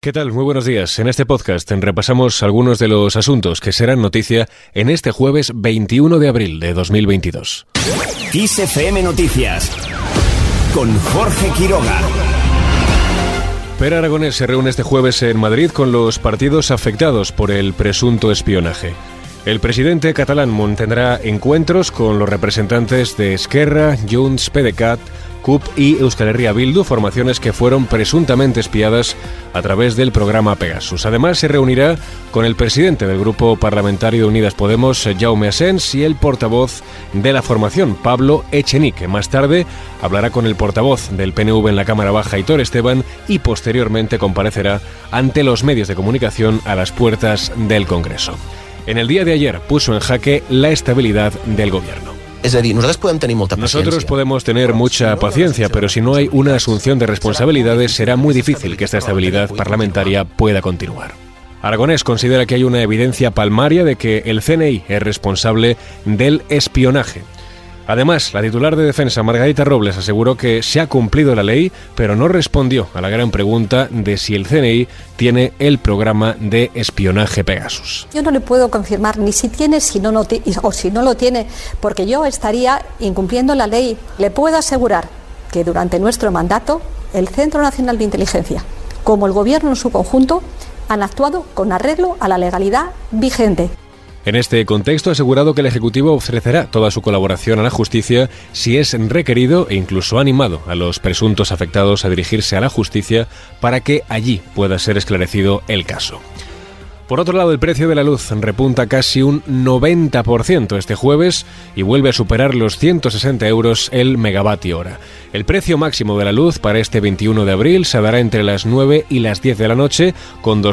¿Qué tal? Muy buenos días. En este podcast repasamos algunos de los asuntos que serán noticia en este jueves 21 de abril de 2022. Kiss FM Noticias con Jorge Quiroga. Pere Aragonés se reúne este jueves en Madrid con los partidos afectados por el presunto espionaje. El presidente catalán mantendrá encuentros con los representantes de Esquerra, Junts, PDeCAT, CUP y Euskal Herria Bildu, formaciones que fueron presuntamente espiadas a través del programa Pegasus. Además, se reunirá con el presidente del Grupo Parlamentario de Unidas Podemos, Jaume Asens, y el portavoz de la formación, Pablo Echenique. Más tarde, hablará con el portavoz del PNV en la Cámara Baja, Aitor Esteban, y posteriormente comparecerá ante los medios de comunicación a las puertas del Congreso. En el día de ayer puso en jaque la estabilidad del gobierno. Es decir, nosotros podemos tener mucha paciencia, pero si no hay una asunción de responsabilidades, será muy difícil que esta estabilidad parlamentaria pueda continuar. Aragonés considera que hay una evidencia palmaria de que el CNI es responsable del espionaje. Además, la titular de Defensa, Margarita Robles, aseguró que se ha cumplido la ley, pero no respondió a la gran pregunta de si el CNI tiene el programa de espionaje Pegasus. Yo no le puedo confirmar ni si tiene, o si no lo tiene, porque yo estaría incumpliendo la ley. Le puedo asegurar que durante nuestro mandato, el Centro Nacional de Inteligencia, como el Gobierno en su conjunto, han actuado con arreglo a la legalidad vigente. En este contexto ha asegurado que el Ejecutivo ofrecerá toda su colaboración a la justicia si es requerido e incluso ha animado a los presuntos afectados a dirigirse a la justicia para que allí pueda ser esclarecido el caso. Por otro lado, el precio de la luz repunta casi un 90% este jueves y vuelve a superar los 160 euros el megavatio hora. El precio máximo de la luz para este 21 de abril se dará entre las 9 y las 10 de la noche con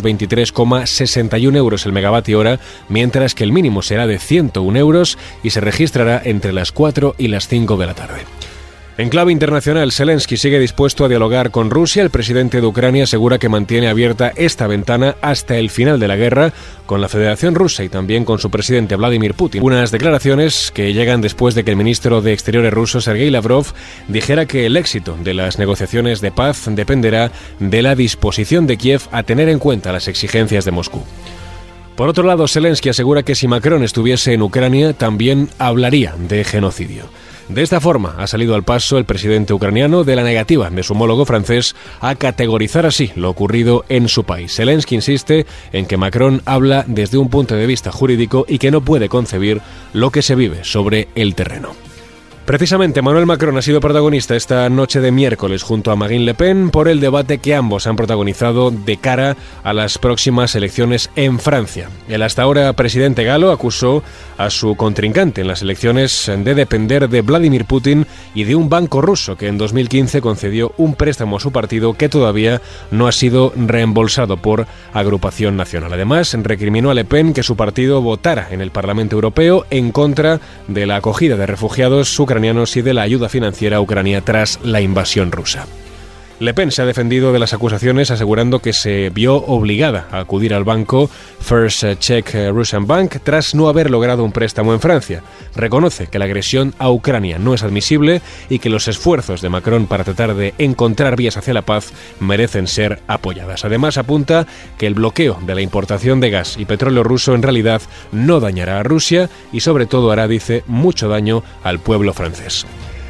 223,61 euros el megavatio hora, mientras que el mínimo será de 101 euros y se registrará entre las 4 y las 5 de la tarde. En clave internacional, Zelensky sigue dispuesto a dialogar con Rusia. El presidente de Ucrania asegura que mantiene abierta esta ventana hasta el final de la guerra con la Federación Rusa y también con su presidente Vladimir Putin. Unas declaraciones que llegan después de que el ministro de Exteriores ruso, Sergei Lavrov, dijera que el éxito de las negociaciones de paz dependerá de la disposición de Kiev a tener en cuenta las exigencias de Moscú. Por otro lado, Zelensky asegura que si Macron estuviese en Ucrania, también hablaría de genocidio. De esta forma ha salido al paso el presidente ucraniano de la negativa de su homólogo francés a categorizar así lo ocurrido en su país. Zelensky insiste en que Macron habla desde un punto de vista jurídico y que no puede concebir lo que se vive sobre el terreno. Precisamente, Emmanuel Macron ha sido protagonista esta noche de miércoles junto a Marine Le Pen por el debate que ambos han protagonizado de cara a las próximas elecciones en Francia. El hasta ahora presidente galo acusó a su contrincante en las elecciones de depender de Vladimir Putin y de un banco ruso que en 2015 concedió un préstamo a su partido que todavía no ha sido reembolsado por Agrupación Nacional. Además, recriminó a Le Pen que su partido votara en el Parlamento Europeo en contra de la acogida de refugiados ucranianos y de la ayuda financiera a Ucrania tras la invasión rusa. Le Pen se ha defendido de las acusaciones asegurando que se vio obligada a acudir al banco First Czech Russian Bank tras no haber logrado un préstamo en Francia. Reconoce que la agresión a Ucrania no es admisible y que los esfuerzos de Macron para tratar de encontrar vías hacia la paz merecen ser apoyadas. Además, apunta que el bloqueo de la importación de gas y petróleo ruso en realidad no dañará a Rusia y sobre todo hará, dice, mucho daño al pueblo francés.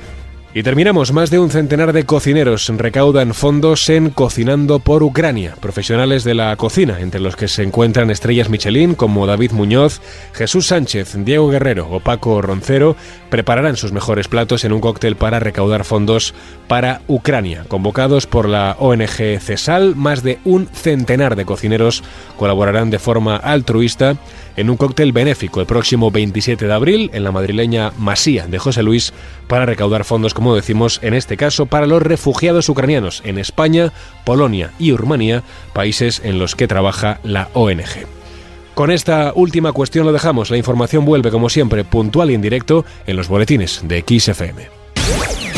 Y terminamos. Más de un centenar de cocineros recaudan fondos en Cocinando por Ucrania. Profesionales de la cocina, entre los que se encuentran estrellas Michelin como David Muñoz, Jesús Sánchez, Diego Guerrero o Paco Roncero, prepararán sus mejores platos en un cóctel para recaudar fondos para Ucrania. Convocados por la ONG CESAL, más de un centenar de cocineros colaborarán de forma altruista en un cóctel benéfico el próximo 27 de abril en la madrileña Masía de José Luis para recaudar fondos, como decimos, en este caso para los refugiados ucranianos en España, Polonia y Rumanía, países en los que trabaja la ONG. Con esta última cuestión lo dejamos. La información vuelve, como siempre, puntual y en directo en los boletines de Kiss FM.